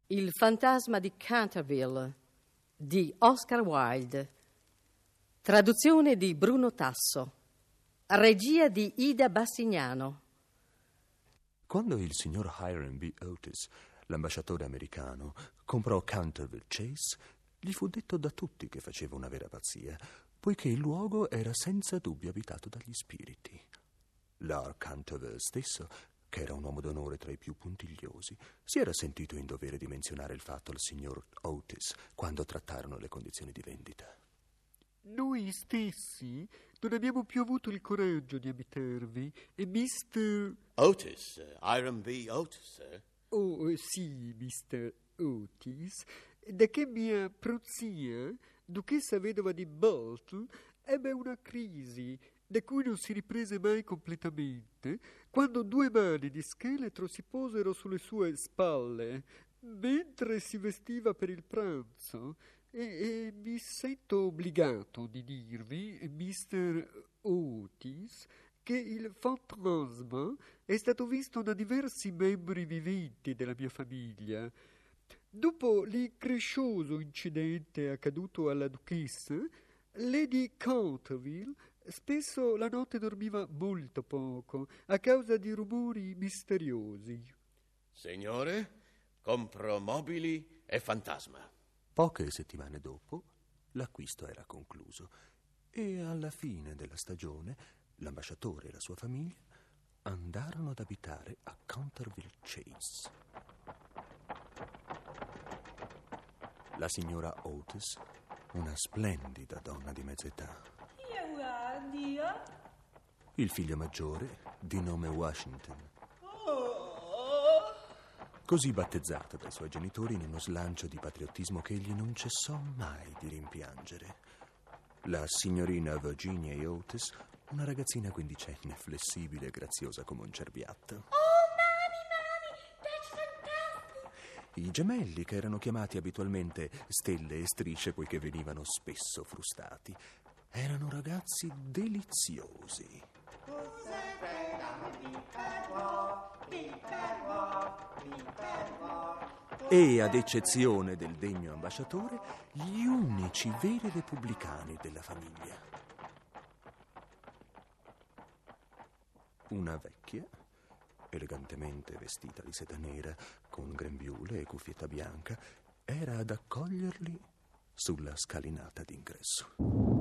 Il fantasma di Canterville di Oscar Wilde. Traduzione di Bruno Tasso. Regia di Ida Bassignano. Quando il signor Hiram B. Otis, l'ambasciatore americano, comprò Canterville Chase, gli fu detto da tutti che faceva una vera pazzia, poiché il luogo era senza dubbio abitato dagli spiriti. Lord Canterville stesso, che era un uomo d'onore tra i più puntigliosi, si era sentito in dovere di menzionare il fatto al signor Otis quando trattarono le condizioni di vendita. Noi stessi non abbiamo più avuto il coraggio di abitervi e Mr. Otis, Hiram B. Otis, sir. Oh, sì, Mr. Otis, da che mia prozia, duchessa vedova di Bolton, ebbe una crisi da cui non si riprese mai completamente, quando 2 mani di scheletro si posero sulle sue spalle mentre si vestiva per il pranzo. E mi sento obbligato di dirvi, Mr. Otis, che il fantasma è stato visto da diversi membri viventi della mia famiglia. Dopo l'increscioso incidente accaduto alla duchessa, Lady Canterville spesso la notte dormiva molto poco a causa di rumori misteriosi. Signore, compro mobili e fantasma. Poche settimane dopo, l'acquisto era concluso e alla fine della stagione l'ambasciatore e la sua famiglia andarono ad abitare a Canterville Chase. La signora Otis, una splendida donna di mezza età. Il figlio maggiore, di nome Washington, così battezzato dai suoi genitori in uno slancio di patriottismo che egli non cessò mai di rimpiangere. La signorina Virginia E. Otis, una ragazzina quindicenne, flessibile e graziosa come un cerbiatto. Oh, Mami, that's fantastic! I gemelli, che erano chiamati abitualmente Stelle e Strisce poiché venivano spesso frustati, erano ragazzi deliziosi. E, ad eccezione del degno ambasciatore, gli unici veri repubblicani della famiglia. Una vecchia, elegantemente vestita di seta nera, con grembiule e cuffietta bianca, era ad accoglierli sulla scalinata d'ingresso.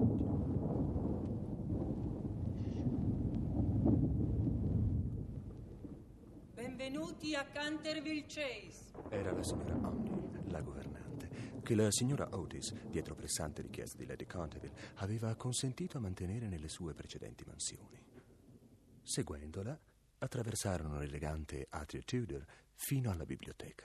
Benvenuti a Canterville Chase. Era la signora Omni, la governante, che la signora Otis, dietro pressante richiesta di Lady Canterville, aveva consentito a mantenere nelle sue precedenti mansioni. Seguendola, attraversarono l'elegante atrio Tudor fino alla biblioteca.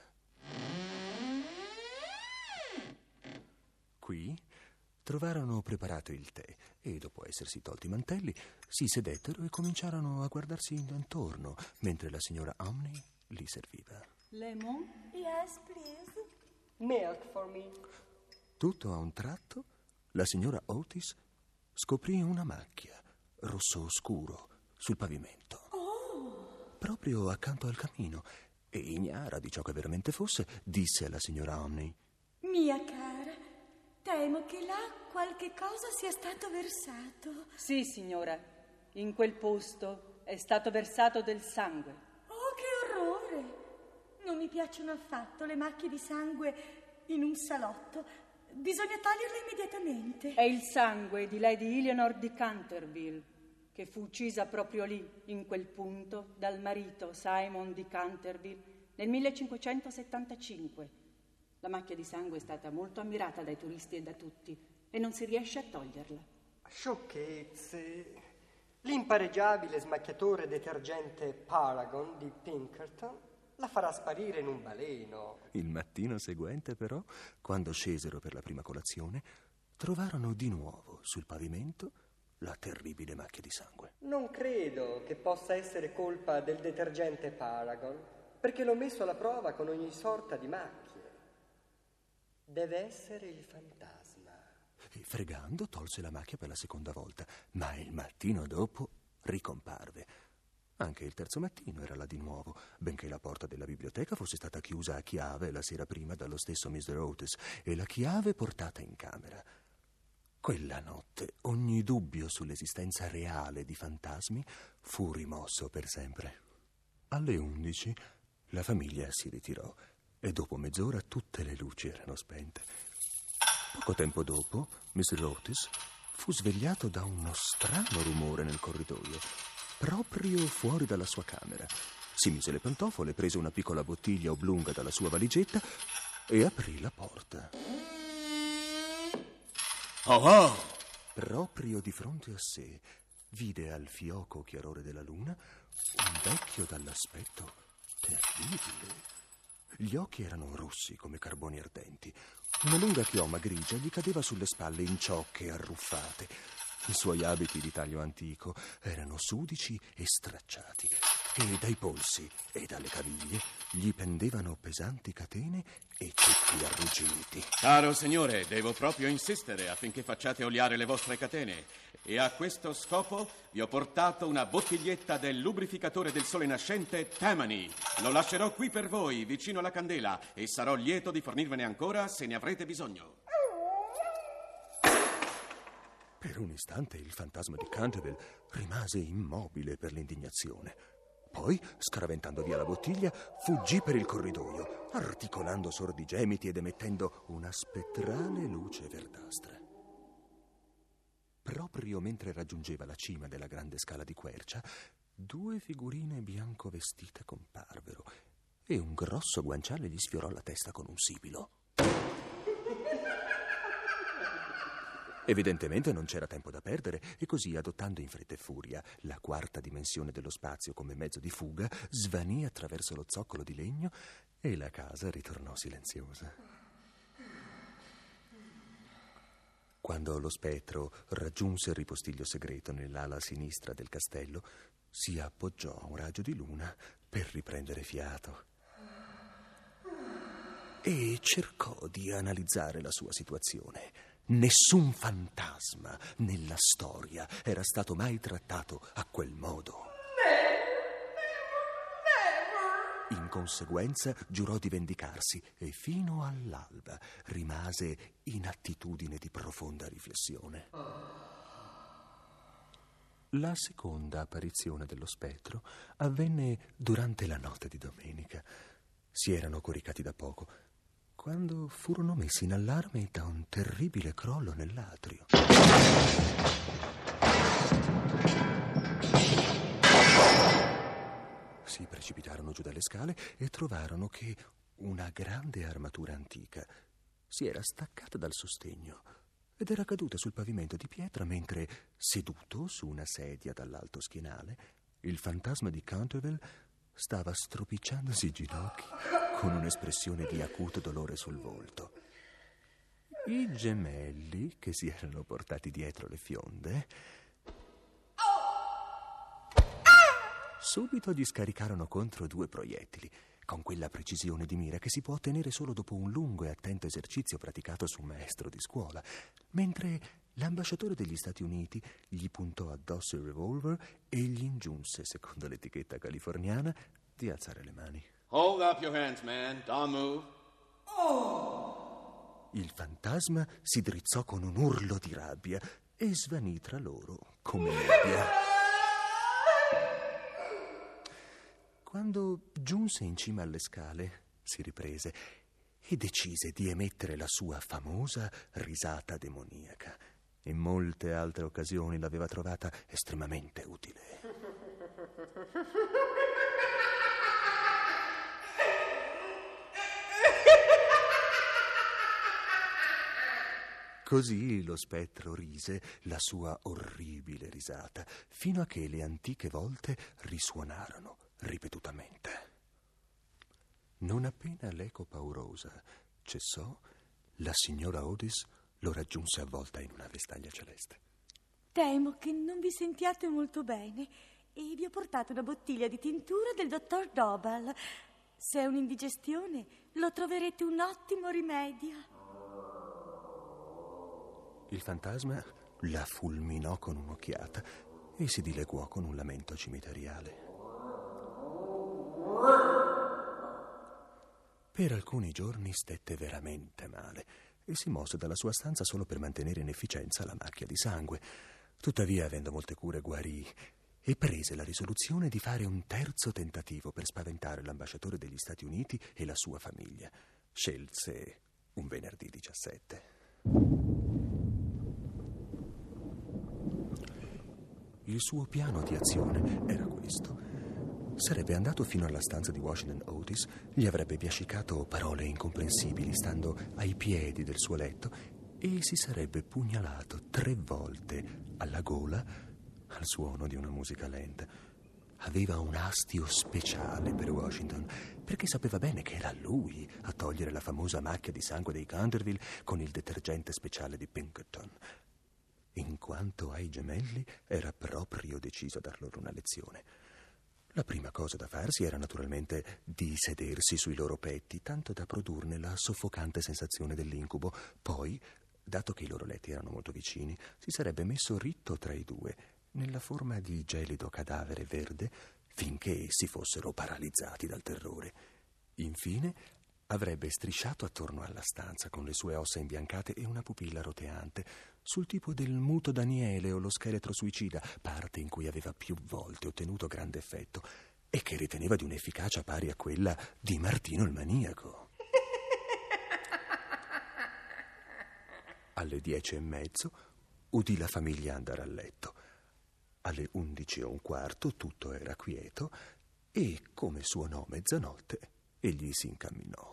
Qui trovarono preparato il tè e, dopo essersi tolti i mantelli, si sedettero e cominciarono a guardarsi intorno mentre la signora Omni li serviva. Lemon? Yes, please. Milk for me. Tutto a un tratto, la signora Otis scoprì una macchia rosso scuro sul pavimento. Proprio accanto al camino, e ignara di ciò che veramente fosse, disse alla signora Omni: Mia cara, temo che là qualche cosa sia stato versato. Sì, signora. In quel posto è stato versato del sangue. Oh, che orrore! Non mi piacciono affatto le macchie di sangue in un salotto. Bisogna toglierle immediatamente. È il sangue di Lady Eleanor di Canterville, che fu uccisa proprio lì, in quel punto, dal marito Simon di Canterville nel 1575. La macchia di sangue è stata molto ammirata dai turisti e da tutti e non si riesce a toglierla. Sciocchezze. L'impareggiabile smacchiatore detergente Paragon di Pinkerton la farà sparire in un baleno. Il mattino seguente, però, quando scesero per la prima colazione, trovarono di nuovo sul pavimento la terribile macchia di sangue. Non credo che possa essere colpa del detergente Paragon, perché l'ho messo alla prova con ogni sorta di macchie. Deve essere il fantasma. E fregando tolse la macchia per la seconda volta, ma il mattino dopo ricomparve. Anche il terzo mattino era là di nuovo, benché la porta della biblioteca fosse stata chiusa a chiave la sera prima dallo stesso Mr. Otis e la chiave portata in camera. Quella notte ogni dubbio sull'esistenza reale di fantasmi fu rimosso per sempre. Alle 11 la famiglia si ritirò e dopo mezz'ora tutte le luci erano spente. Poco tempo dopo, Mr. Otis fu svegliato da uno strano rumore nel corridoio, proprio fuori dalla sua camera. Si mise le pantofole, prese una piccola bottiglia oblunga dalla sua valigetta e aprì la porta. Oh oh! Proprio di fronte a sé vide al fioco chiarore della luna un vecchio dall'aspetto terribile. Gli occhi erano rossi come carboni ardenti. Una lunga chioma grigia gli cadeva sulle spalle in ciocche arruffate. I suoi abiti di taglio antico erano sudici e stracciati e dai polsi e dalle caviglie gli pendevano pesanti catene e ceppi arrugginiti. Caro signore, devo proprio insistere affinché facciate oliare le vostre catene. E a questo scopo vi ho portato una bottiglietta del lubrificatore del sole nascente Tammany. Lo lascerò qui per voi, vicino alla candela, e sarò lieto di fornirvene ancora se ne avrete bisogno. Per un istante il fantasma di Canterville rimase immobile per l'indignazione. Poi, scaraventando via la bottiglia, fuggì per il corridoio, articolando sordi gemiti ed emettendo una spettrale luce verdastra. Proprio mentre raggiungeva la cima della grande scala di quercia, 2 figurine bianco vestite comparvero e un grosso guanciale gli sfiorò la testa con un sibilo. Evidentemente non c'era tempo da perdere e così, adottando in fretta e furia la quarta dimensione dello spazio come mezzo di fuga, svanì attraverso lo zoccolo di legno e la casa ritornò silenziosa. Quando lo spettro raggiunse il ripostiglio segreto nell'ala sinistra del castello, si appoggiò a un raggio di luna per riprendere fiato e cercò di analizzare la sua situazione. Nessun fantasma nella storia era stato mai trattato a quel modo. In conseguenza giurò di vendicarsi e fino all'alba rimase in attitudine di profonda riflessione. La seconda apparizione dello spettro avvenne durante la notte di domenica. Si erano coricati da poco quando furono messi in allarme da un terribile crollo nell'atrio. Si precipitarono giù dalle scale e trovarono che una grande armatura antica si era staccata dal sostegno ed era caduta sul pavimento di pietra mentre, seduto su una sedia dall'alto schienale, il fantasma di Canterville stava stropicciandosi i ginocchi con un'espressione di acuto dolore sul volto. I gemelli, che si erano portati dietro le fionde, subito gli scaricarono contro 2 proiettili, con quella precisione di mira che si può ottenere solo dopo un lungo e attento esercizio praticato su un maestro di scuola, mentre l'ambasciatore degli Stati Uniti gli puntò addosso il revolver e gli ingiunse, secondo l'etichetta californiana, di alzare le mani. Hold up your hands, man. Don't move. Il fantasma si drizzò con un urlo di rabbia e svanì tra loro come nebbia. Quando giunse in cima alle scale, si riprese e decise di emettere la sua famosa risata demoniaca. In molte altre occasioni l'aveva trovata estremamente utile. Così lo spettro rise la sua orribile risata, fino a che le antiche volte risuonarono ripetutamente. Non appena l'eco paurosa cessò, la signora Otis lo raggiunse avvolta in una vestaglia celeste. Temo che non vi sentiate molto bene e vi ho portato una bottiglia di tintura del dottor Dobal. Se è un'indigestione, lo troverete un ottimo rimedio. Il fantasma la fulminò con un'occhiata e si dileguò con un lamento cimiteriale. Per alcuni giorni stette veramente male e si mosse dalla sua stanza solo per mantenere in efficienza la macchia di sangue. Tuttavia, avendo molte cure, guarì e prese la risoluzione di fare un terzo tentativo per spaventare l'ambasciatore degli Stati Uniti e la sua famiglia. Scelse un venerdì 17. Il suo piano di azione era questo. Sarebbe andato fino alla stanza di Washington Otis, gli avrebbe biascicato parole incomprensibili stando ai piedi del suo letto e si sarebbe pugnalato 3 volte alla gola al suono di una musica lenta. Aveva un astio speciale per Washington, perché sapeva bene che era lui a togliere la famosa macchia di sangue dei Canterville con il detergente speciale di Pinkerton. In quanto ai gemelli, era proprio deciso a dar loro una lezione. La prima cosa da farsi era naturalmente di sedersi sui loro petti, tanto da produrne la soffocante sensazione dell'incubo. Poi, dato che i loro letti erano molto vicini, si sarebbe messo ritto tra i due, nella forma di gelido cadavere verde, finché essi fossero paralizzati dal terrore. Infine, avrebbe strisciato attorno alla stanza con le sue ossa imbiancate e una pupilla roteante, sul tipo del muto Daniele o lo scheletro suicida, parte in cui aveva più volte ottenuto grande effetto e che riteneva di un'efficacia pari a quella di Martino il maniaco. Alle 10:30 udì la famiglia andare a letto. Alle 11:15 tutto era quieto e, come suonò mezzanotte, egli si incamminò.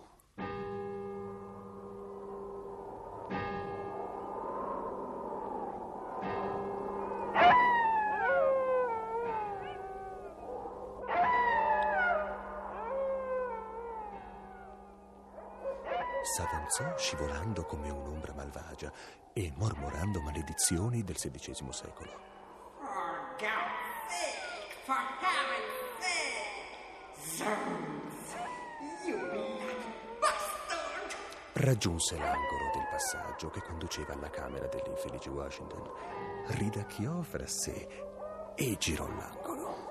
S'avanzò scivolando come un'ombra malvagia e mormorando maledizioni del XVI secolo. For God's sake, for heaven's sake, zounds, you bloody bastard! Raggiunse l'angolo del passaggio che conduceva alla camera dell'infelice Washington, ridacchiò fra sé e girò l'angolo.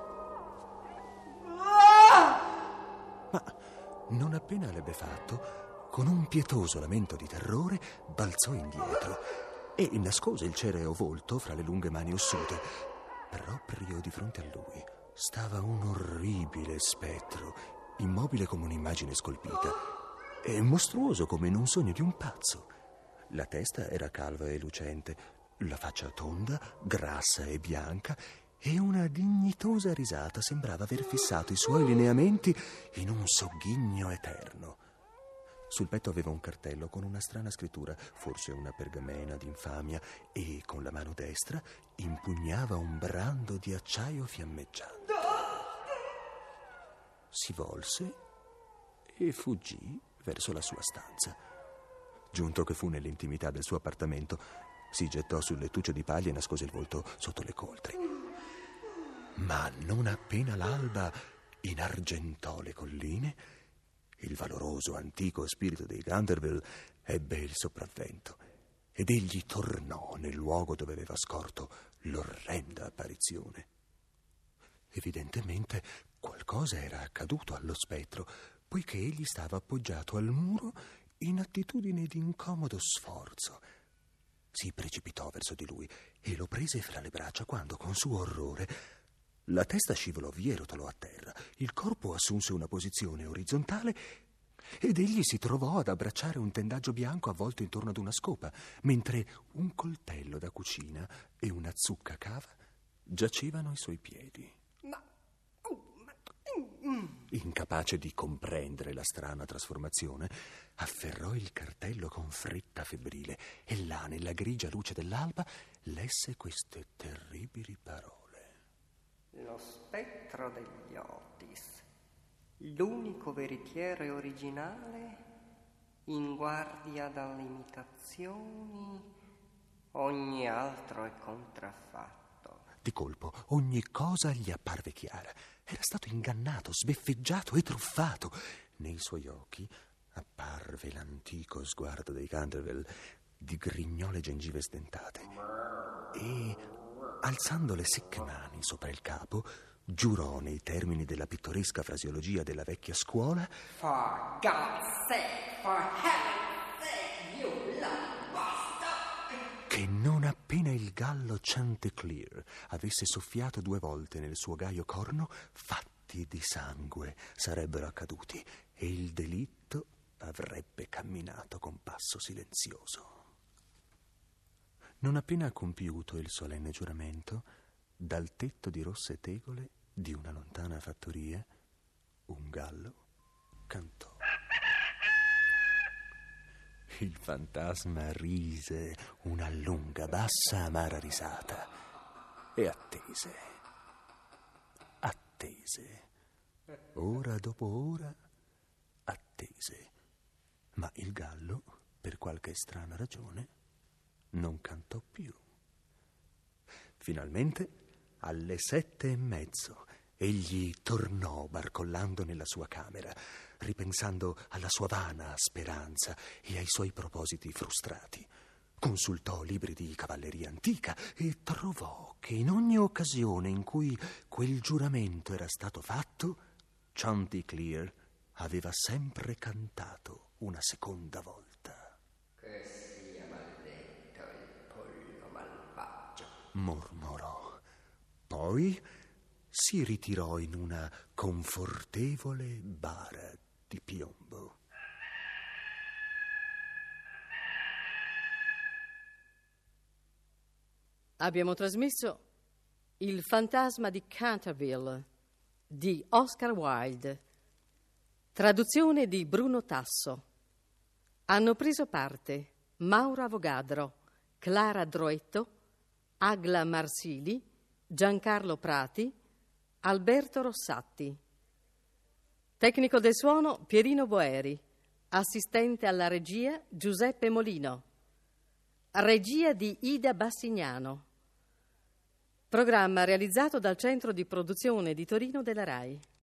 Ma non appena l'ebbe fatto, con un pietoso lamento di terrore, balzò indietro e nascose il cereo volto fra le lunghe mani ossute. Proprio di fronte a lui stava un orribile spettro, immobile come un'immagine scolpita e mostruoso come in un sogno di un pazzo. La testa era calva e lucente, la faccia tonda, grassa e bianca, e una dignitosa risata sembrava aver fissato i suoi lineamenti in un sogghigno eterno. Sul petto aveva un cartello con una strana scrittura, forse una pergamena d'infamia, e con la mano destra impugnava un brando di acciaio fiammeggiante. Si volse e fuggì verso la sua stanza. Giunto che fu nell'intimità del suo appartamento, si gettò sul lettuccio di paglia e nascose il volto sotto le coltri. Ma non appena l'alba inargentò le colline, il valoroso antico spirito dei Canterville ebbe il sopravvento ed egli tornò nel luogo dove aveva scorto l'orrenda apparizione. Evidentemente qualcosa era accaduto allo spettro, poiché egli stava appoggiato al muro in attitudine di incomodo sforzo. Si precipitò verso di lui e lo prese fra le braccia quando, con suo orrore, la testa scivolò via e rotolò a terra. Il corpo assunse una posizione orizzontale ed egli si trovò ad abbracciare un tendaggio bianco avvolto intorno ad una scopa, mentre un coltello da cucina e una zucca cava giacevano ai suoi piedi. Incapace di comprendere la strana trasformazione, afferrò il cartello con fretta febbrile e là, nella grigia luce dell'alba, lesse queste terribili parole. Lo spettro degli Otis, l'unico veritiere originale, in guardia dalle imitazioni, ogni altro è contraffatto. Di colpo ogni cosa gli apparve chiara. Era stato ingannato, sbeffeggiato e truffato. Nei suoi occhi apparve l'antico sguardo dei Canterville, di grignole gengive sdentate, e, alzando le secche mani sopra il capo, giurò nei termini della pittoresca fraseologia della vecchia scuola: For God's sake, for heaven's sake, you little bastard! che non appena il gallo Chanticleer avesse soffiato 2 volte nel suo gaio corno, fatti di sangue sarebbero accaduti e il delitto avrebbe camminato con passo silenzioso. Non appena compiuto il solenne giuramento, dal tetto di rosse tegole di una lontana fattoria, un gallo cantò. Il fantasma rise una lunga, bassa, amara risata e attese. Ora dopo ora attese. Ma il gallo, per qualche strana ragione, non cantò più. Finalmente, alle 7:30, egli tornò barcollando nella sua camera, ripensando alla sua vana speranza e ai suoi propositi frustrati. Consultò libri di cavalleria antica e trovò che in ogni occasione in cui quel giuramento era stato fatto, Chanticleer aveva sempre cantato una seconda volta. Che sia maledetto il pollo malvagio, Mormorò. Poi si ritirò in una confortevole bara di piombo. Abbiamo trasmesso Il fantasma di Canterville di Oscar Wilde, traduzione di Bruno Tasso. Hanno preso parte Mauro Avogadro, Clara Droetto, Agla Marsili, Giancarlo Prati, Alberto Rossatti. Tecnico del suono Pierino Boeri, assistente alla regia Giuseppe Molino. Regia di Ida Bassignano. Programma realizzato dal Centro di Produzione di Torino della RAI.